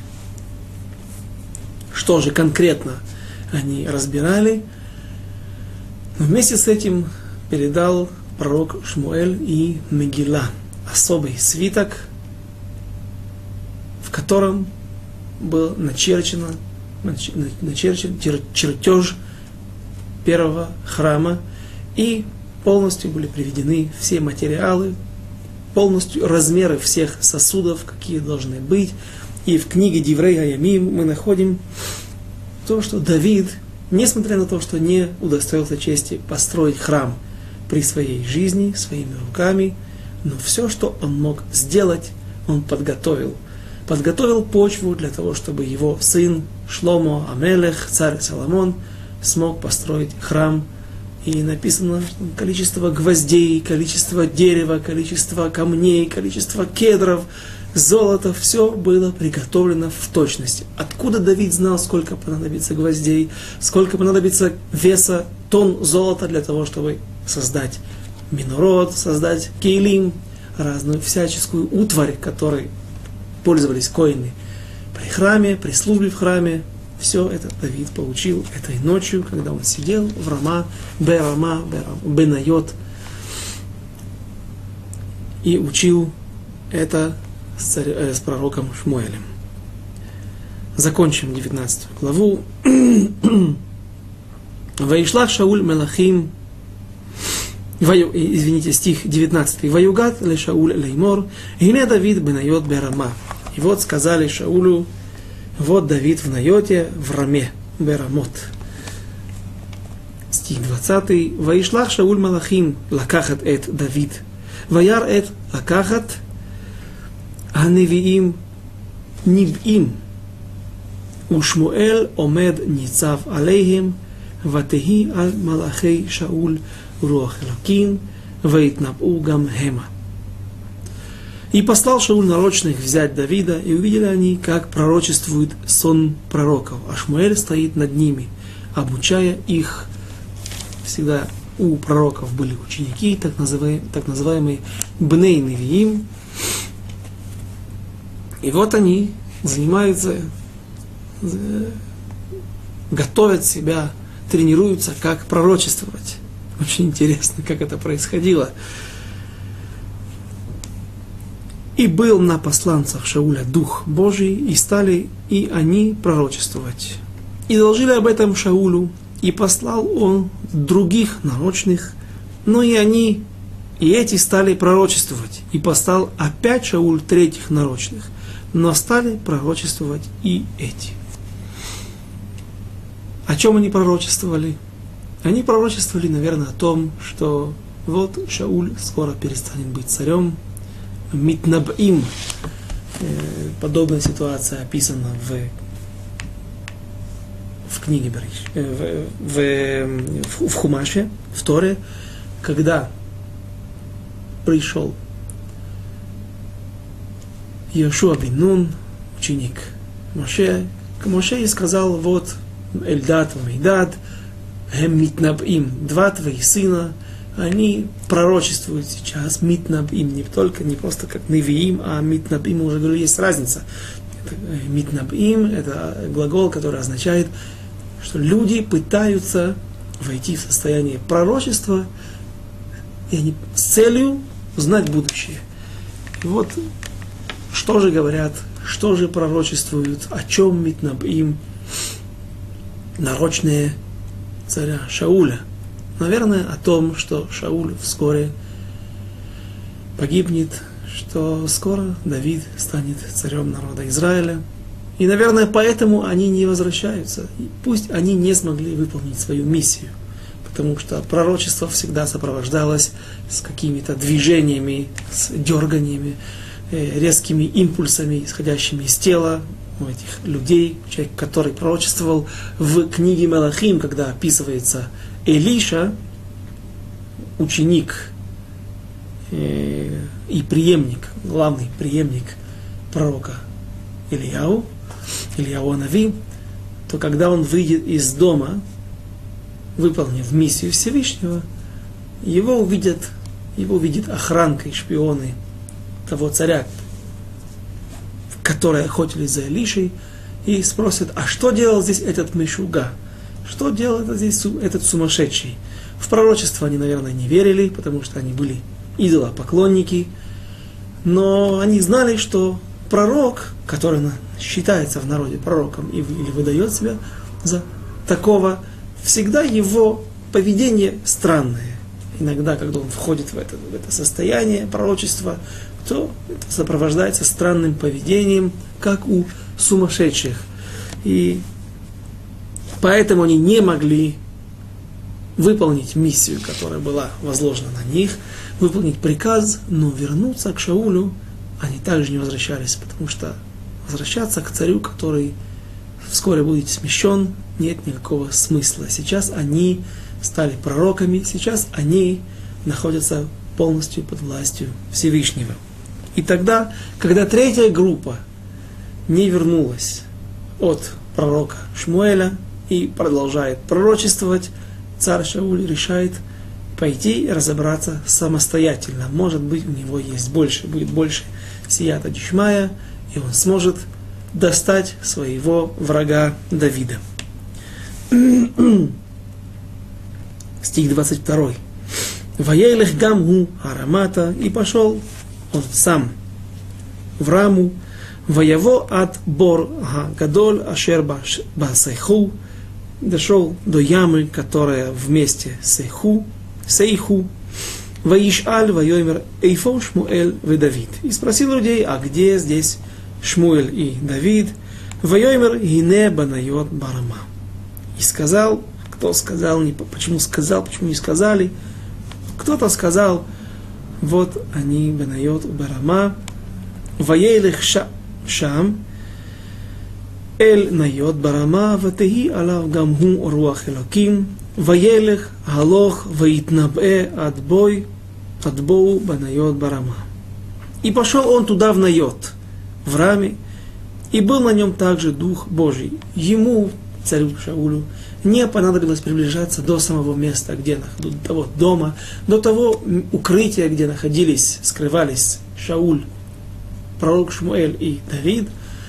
Что же конкретно они разбирали. Но вместе с этим передал пророк Шмуэль и Мегилла, особый свиток, в котором был начерчено, начерчен чертеж первого храма, и полностью были приведены все материалы, полностью размеры всех сосудов, какие должны быть. И в книге Диврей Аямим мы находим то, что Давид, несмотря на то, что не удостоился чести построить храм при своей жизни, своими руками, но все, что он мог сделать, он подготовил. Подготовил почву для того, чтобы его сын Шломо Амелех, царь Соломон, смог построить храм. И написано, что количество гвоздей, количество дерева, количество камней, количество кедров, золота, все было приготовлено в точности. Откуда Давид знал, сколько понадобится гвоздей, сколько понадобится веса тонн золота для того, чтобы создать минород, создать кейлим, разную всяческую утварь, которой пользовались коины при храме, при службе в храме. Все это Давид получил этой ночью, когда он сидел в Рама, Бе-Рама, Бе-Найот, и учил это с, царь, э, с пророком Шмуэлем. Закончим девятнадцатую главу. Ваишлах Шауль Мелахим, Ваю, извините, стих девятнадцатый. Ваюгат ле Шауль леймор, гине Давид Бе-Найот Бе-Рама. И вот сказали Шаулю: вот Давид в Найоте, в Раме, Берамот. Стих двадцатый. Ваишлах Шауль Малахим лакахат эт Давид. Ваяр эт лакахат הנביאים ניבאים ושמואל עומד ניצב עליהם ותהי על מלאכי שאול רוח אלוקים ויתנבאו גם המה. И послал Шауль нарочных взять Давида, и увидели они, как пророчествует сон пророков, а Шмуэль стоит над ними, обучая их. Всегда у пророков были ученики, так называемые, так называемые Бней Невиим. И вот они занимаются, готовят себя, тренируются, как пророчествовать. Очень интересно, как это происходило. И был на посланцах Шауля Дух Божий, и стали и они пророчествовать. И доложили об этом Шаулю, и послал он других нарочных, но и они, и эти стали пророчествовать. И послал опять Шауль третьих нарочных, но стали пророчествовать и эти. О чем они пророчествовали? Они пророчествовали, наверное, о том, что вот Шауль скоро перестанет быть царем. Митнабим. Подобная ситуация описана в, в книге Береш, в, в, в Хумаше, в Торе, когда пришел Йошуа бен Нун, ученик Моше, к Моше и сказал: вот Эльдад и Мейдад, Хем Митнабим, два твои сына, они пророчествуют сейчас, митнабим, не только, не просто как невиим, а митнабим, мы уже говорили, есть разница. Митнабим — это глагол, который означает, что люди пытаются войти в состояние пророчества, и они с целью узнать будущее. И вот, что же говорят, что же пророчествуют, о чем митнабим, нарочные царя Шауля. Наверное, о том, что Шауль вскоре погибнет, что скоро Давид станет царем народа Израиля. И, наверное, поэтому они не возвращаются. И пусть они не смогли выполнить свою миссию, потому что пророчество всегда сопровождалось с какими-то движениями, с дерганиями, резкими импульсами, исходящими из тела у этих людей. Человек, который пророчествовал в книге Мелахим, когда описывается Элиша, ученик э, и преемник, главный преемник пророка Ильяу, Ильяу Анави, то когда он выйдет из дома, выполнив миссию Всевышнего, его увидят, его увидит охранка и шпионы того царя, которые охотились за Элишей, и спросят: а что делал здесь этот Мешуга? Что делал здесь этот сумасшедший? В пророчество они, наверное, не верили, потому что они были идолопоклонники, но они знали, что пророк, который считается в народе пророком или выдает себя за такого, всегда его поведение странное. Иногда, когда он входит в это, в это состояние пророчества, то это сопровождается странным поведением, как у сумасшедших. И поэтому они не могли выполнить миссию, которая была возложена на них, выполнить приказ, но вернуться к Шаулю они также не возвращались, потому что возвращаться к царю, который вскоре будет смещен, нет никакого смысла. Сейчас они стали пророками, сейчас они находятся полностью под властью Всевышнего. И тогда, когда третья группа не вернулась от пророка Шмуэля и продолжает пророчествовать, царь Шауль решает пойти и разобраться самостоятельно. Может быть, у него есть больше, будет больше сията дишмая, и он сможет достать своего врага Давида. Стих двадцать два. «Ваейлех гамгу арамата», и пошел он сам в Раму, «Ваяво от бор гадоль ашер басейху», дошел до ямы, которая вместе сейху, сейху, «Ваишаль вайомер эйфо Шмуэль ве Давид», и спросил людей, а где здесь Шмуэль и Давид? «Вайомер гине банайот барама», и сказал, кто сказал, не, почему сказал, почему не сказали, кто-то сказал, вот они банайот барама, «Ваейлех шам эль найот барама, ватеги алав гамгу руах элоким, ваелех галох ваитнабэ адбой адбоу банайот барама». И пошел он туда в Найот, в Раме, и был на нем также Дух Божий. Ему, царю Шаулю, не понадобилось приближаться до самого места, где до того дома, до того укрытия, где находились, скрывались Шауль, пророк Шмуэль и Давид.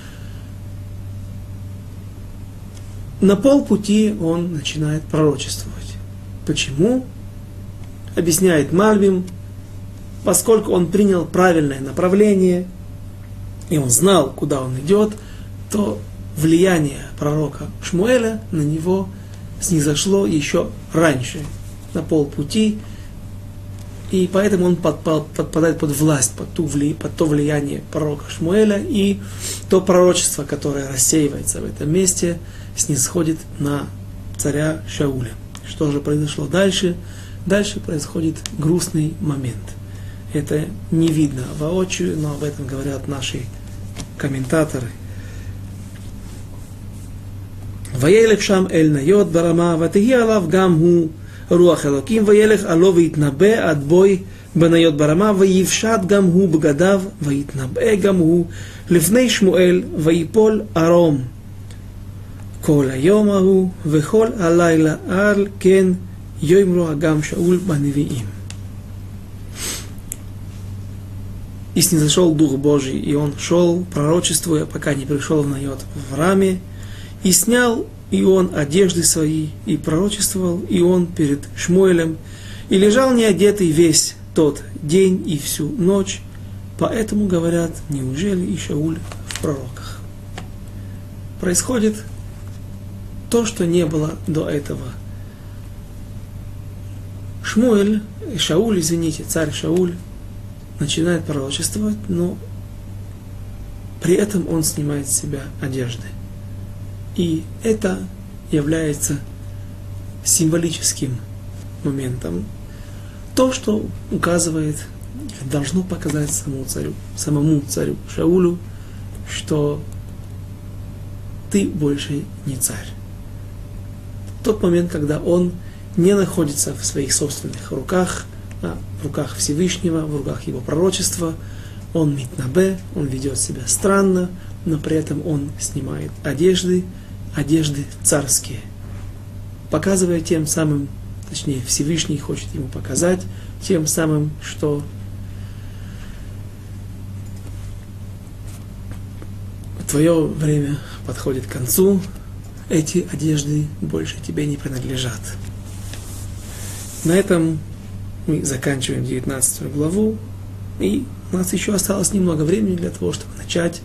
На полпути он начинает пророчествовать. Почему? Объясняет Мальбим, поскольку он принял правильное направление, и он знал, куда он идет, то влияние пророка Шмуэля на него снизошло еще раньше, на полпути, и поэтому он подпадает под власть, под, ту, под то влияние пророка Шмуэля, и то пророчество, которое рассеивается в этом месте, снисходит на царя Шауля. Что же произошло дальше? Дальше происходит грустный момент. Это не видно воочию, но об этом говорят наши комментаторы. «Ваелех шам эль найот барама, ватеги алав гам ху руах элоким, ваелех ало ваитнабе адбой банайот барама, ваившат гам ху бгадав, ваитнабе гам ху лифней Шмуэль, ваипол аром. כל היום ההוא וכל הלילה על כן יאמרו אגם שאול בנביאים». И снизошел Дух Божий, и он шел, пророчествуя, пока не пришел в Найот в Раме, и снял и он одежды свои, и пророчествовал, и он перед Шмуэлем, и лежал неодетый весь тот день и всю ночь, поэтому говорят, неужели и Шауль в пророках? Происходит то, что не было до этого. Шмуэль, Шауль, извините, царь Шауль, начинает пророчествовать, но при этом он снимает с себя одежды. И это является символическим моментом. То, что указывает, должно показать самому царю, самому царю Шаулю, что ты больше не царь. Тот момент, когда он не находится в своих собственных руках, а в руках Всевышнего, в руках его пророчества, он митнабе, он ведет себя странно, но при этом он снимает одежды, одежды царские, показывая тем самым, точнее Всевышний хочет ему показать тем самым, что твое время подходит к концу, эти одежды больше тебе не принадлежат. на этом мы заканчиваем девятнадцатую главу, и у нас еще осталось немного времени для того, чтобы начать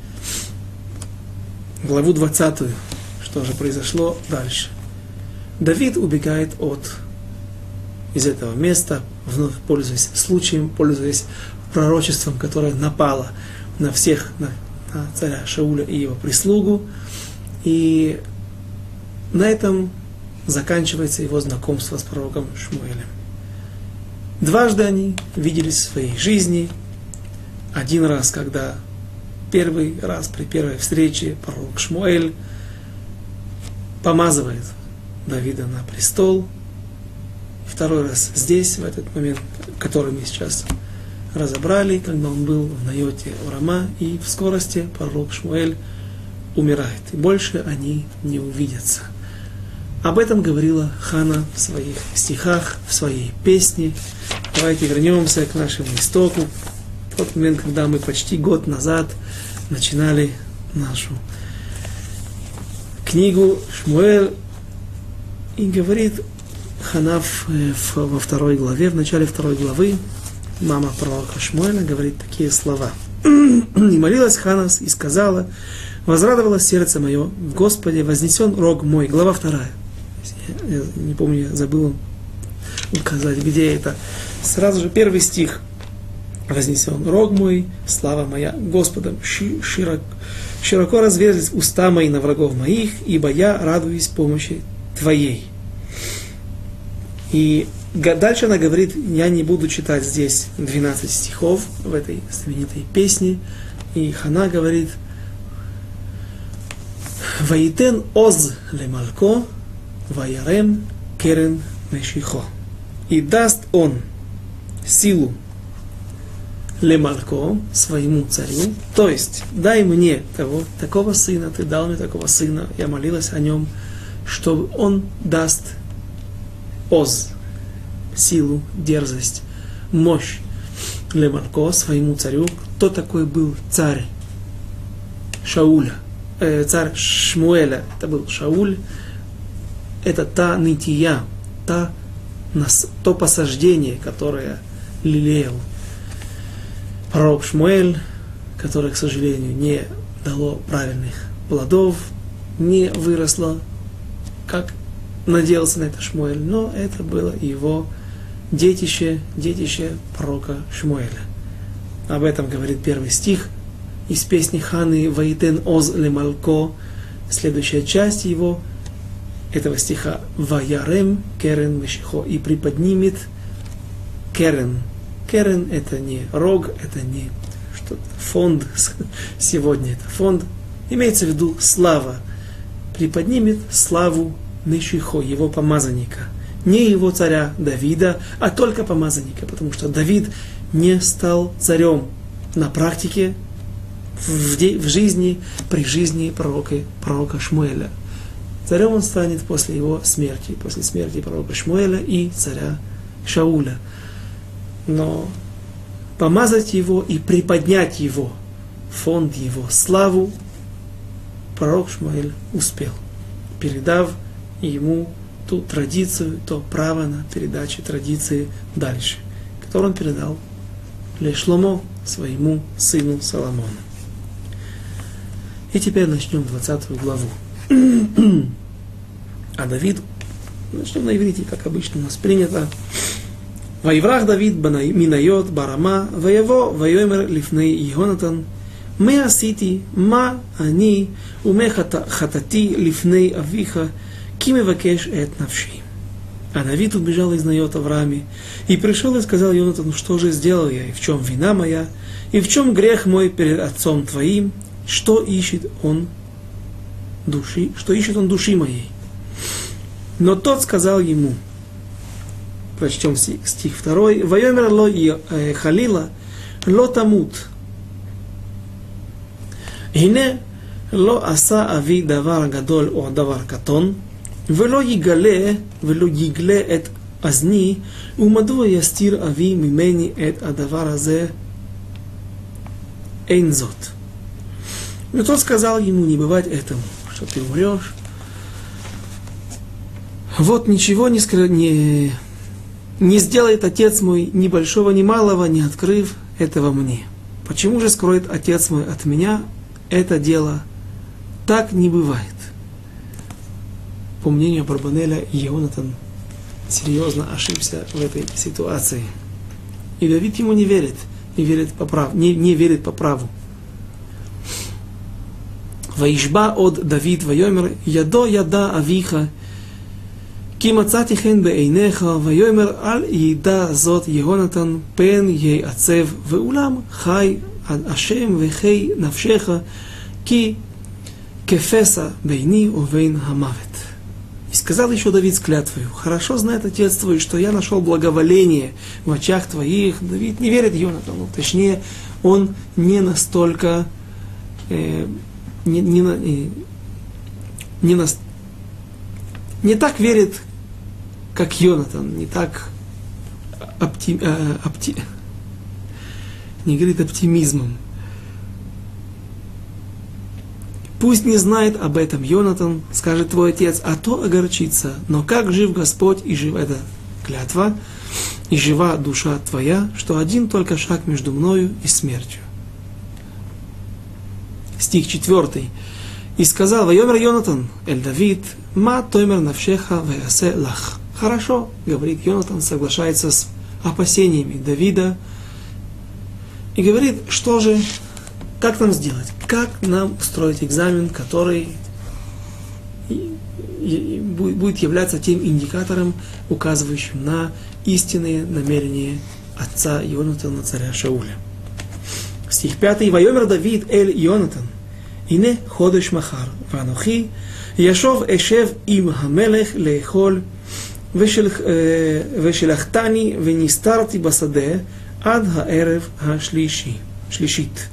главу двадцатую. Что же произошло дальше? Давид убегает от из этого места, вновь пользуясь случаем, пользуясь пророчеством, которое напало на всех, на, на царя Шауля и его прислугу. И на этом заканчивается его знакомство с пророком Шмуэлем. Дважды они виделись в своей жизни. Один раз, когда первый раз при первой встрече пророк Шмуэль помазывает Давида на престол. Второй раз здесь, в этот момент, который мы сейчас разобрали, когда он был в Найоте у Рама, и в скорости пророк Шмуэль умирает. И больше они не увидятся. Об этом говорила Хана в своих стихах, в своей песне. Давайте вернемся к нашему истоку. В тот момент, когда мы почти год назад начинали нашу книгу Шмуэль, и говорит Хана в, в, во второй главе, в начале второй главы, мама пророка Шмуэля говорит такие слова. «И молилась Хана и сказала: возрадовалось сердце мое в Господе, вознесен рог мой». Глава вторая. Я, я не помню, я забыл указать, где это. Сразу же первый стих. «Вознесен рог мой, слава моя Господом, широко, широко разверзлись уста мои на врагов моих, ибо я радуюсь помощи Твоей». И дальше она говорит, я не буду читать здесь двенадцать стихов в этой знаменитой песне, и Хана говорит: «Ваитен оз лемалко, ваярем керен мешихо». И даст он силу лемалко, своему царю, то есть дай мне того, такого сына, ты дал мне такого сына, я молилась о нем, чтобы он даст оз, силу, дерзость, мощь лемалко, своему царю. Кто такой был царь Шауля? Э, царь Шмуэля, это был Шауль. Это та нытия, та, то посаждение, которое лелеял пророк Шмуэль, которое, к сожалению, не дало правильных плодов, не выросло, как надеялся на это Шмуэль, но это было его детище, детище пророка Шмуэля. Об этом говорит первый стих из песни Ханы «Ваитен оз лемалко». Следующая часть его, этого стиха «Ваярем керен мешихо» и приподнимет керен. Керен — это не рог, это не что-то, фонд, сегодня это фонд. Имеется в виду слава. Приподнимет славу Мешихо, его помазанника. Не его царя Давида, а только помазанника, потому что Давид не стал царем на практике, в, де, в жизни, при жизни пророка, пророка Шмуэля. Царем он станет после его смерти, после смерти пророка Шмуэля и царя Шауля. Но помазать его и приподнять его, фонд его, славу, пророк Шмуэль успел, передав ему ту традицию, то право на передачу традиции дальше, которую он передал Шломо, своему сыну Соломону. И теперь начнем двадцатую главу. А Давид, начнем на иврите, как обычно у нас принято. «Ваиврах Давид минайот барама, ваево ваемер лифней Йонатан, ме асити, ма ани, уме хатати лифней авиха, ки мевакеш эт навши». А Давид убежал из Найота в Раме, и пришел и сказал Йонатану: что же сделал я, и в чем вина моя, и в чем грех мой перед отцом твоим, что ищет он души, что ищет он души моей. Но тот сказал ему, прочтем стих второй, «Вайомер ло халила, ло тамут. Ине ло аса ави давар гадоль о давар катон, вело yiгале, вело yigle эт азни, умадува ястир ави мимени эт адавар азе эйнзот». Но тот сказал ему: не бывать этому, что ты умрешь. Вот ничего не, скры... не... не сделает отец мой ни большого, ни малого, не открыв этого мне. Почему же скроет отец мой от меня это дело? Так не бывает. По мнению Абарбанеля, Йонатан серьезно ошибся в этой ситуации. И Давид ему не верит, не верит по праву, не, не верит по праву. Ваишба от Давид вайомер ядо яда авиха ки мацати хен бейнеха вайомер аль еда зот Йонатан пен ей ацев веулам хай ад ашем вехей навшеха ки кефеса бейни увейн хамавет. И сказал еще Давид с клятвою: хорошо знает отец твой, что я нашел благоволение в очах твоих. Давид не верит Йонатану, точнее, он не настолько, э, не, не, не, не, нас, не так верит, как Йонатан, не так опти, э, опти, не говорит оптимизмом. Пусть не знает об этом Йонатан, скажет твой отец, а то огорчится. Но как жив Господь и жив эта клятва, и жива душа твоя, что один только шаг между мною и смертью. Стих четвертый. И сказал Вайомер Йонатан эль Давид, ма тоймер навшеха веасе лах. Хорошо, говорит Йонатан, соглашается с опасениями Давида и говорит, что же, как нам сделать? Как нам устроить экзамен, который будет являться тем индикатором, указывающим на истинные намерения отца Йонатана, царя Шауля. Стих пятый. Вайомер Давид эль Йонатан, ине ходеш махар, ванохи, яшов эшев им хамелех лехоль, ושלחתני ונסתרתי בשדה עד הערב השלישי, שלישית.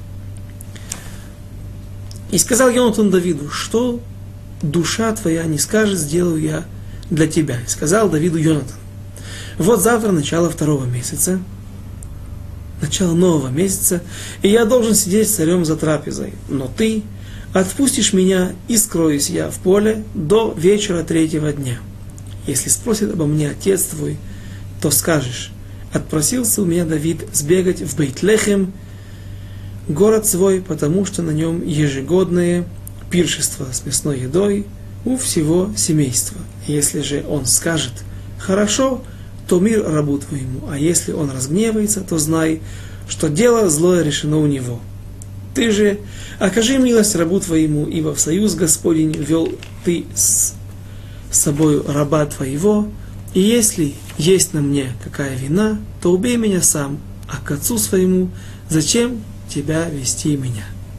И сказал Йонатан Давиду, что душа твоя не скажет, сделаю я для тебя. И сказал Давиду Йонатан: вот завтра начало второго месяца, начало нового месяца, и я должен сидеть с царем за трапезой. Но ты отпустишь меня, и скроюсь я в поле до вечера третьего дня. Если спросит обо мне отец твой, то скажешь: отпросился у меня Давид сбегать в Бейт-Лехем, город свой, потому что на нем ежегодное пиршество с мясной едой у всего семейства. Если же он скажет: хорошо, то мир рабу твоему, а если он разгневается, то знай, что дело злое решено у него. Ты же окажи милость рабу твоему, ибо в союз Господень вел ты с собою раба твоего, и если есть на мне какая вина, то убей меня сам, а к отцу своему зачем тебя вести меня?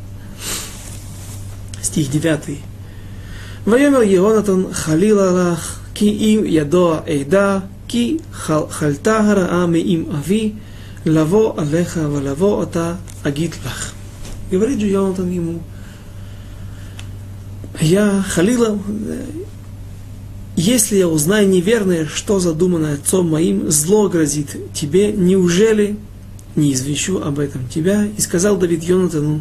Стих девятый. Вайомер Йонатан халила лах, ки им ядоа эйда, ки хальта гараа меим ави, лаво алеха валаво ата агит лах. Говорит же Йонатан ему: я халила, если я узнаю неверное, что задумано отцом моим, зло грозит тебе, неужели не извещу об этом тебя? И сказал Давид Йонатану: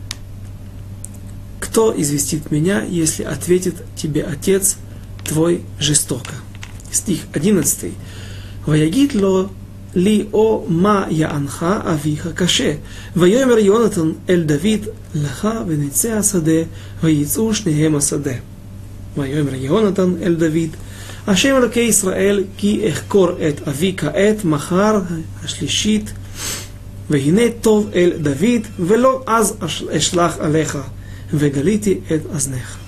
кто известит меня, если ответит тебе отец твой жестоко? Стих одиннадцатый. Ваягит ло ли о ма яанха авиха каше. Вайомер Йонатан эль Давид лаха венецеа саде ваицу шнеем асаде. ויאמר יהונתן אל דוד, השם אלוקי ישראל, כי אחקור את אבי כעת מחר השלישית, והנה טוב אל דוד, ולא אז אשלח עליך, וגליתי את אזנך.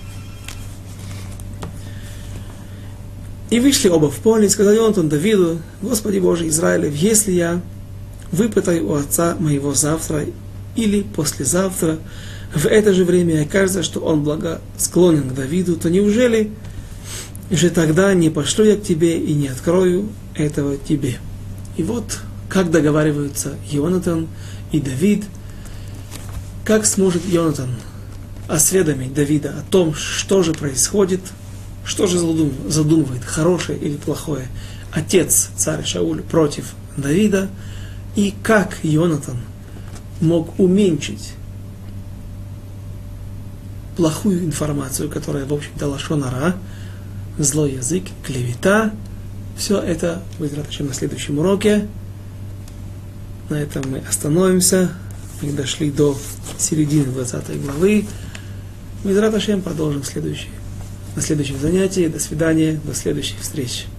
И вышли оба в поле, и сказал Йонатан Давиду: Господи Боже Израилев, если я выпытаю у отца моего завтра или послезавтра, в это же время окажется, что он благосклонен к Давиду, то неужели же тогда не пошлю я к тебе и не открою этого тебе? И вот как договариваются Йонатан и Давид, как сможет Йонатан осведомить Давида о том, что же происходит, что же задумывает, хорошее или плохое, отец, царь Шауль, против Давида, и как Йонатан мог уменьшить плохую информацию, которая, в общем-то, лашон ара, злой язык, клевета, Все это будет на следующем уроке. На этом мы остановимся. Мы дошли до середины двадцатой главы. Мизрат Ашем продолжим следующий, на следующем занятии. До свидания, до следующих встреч.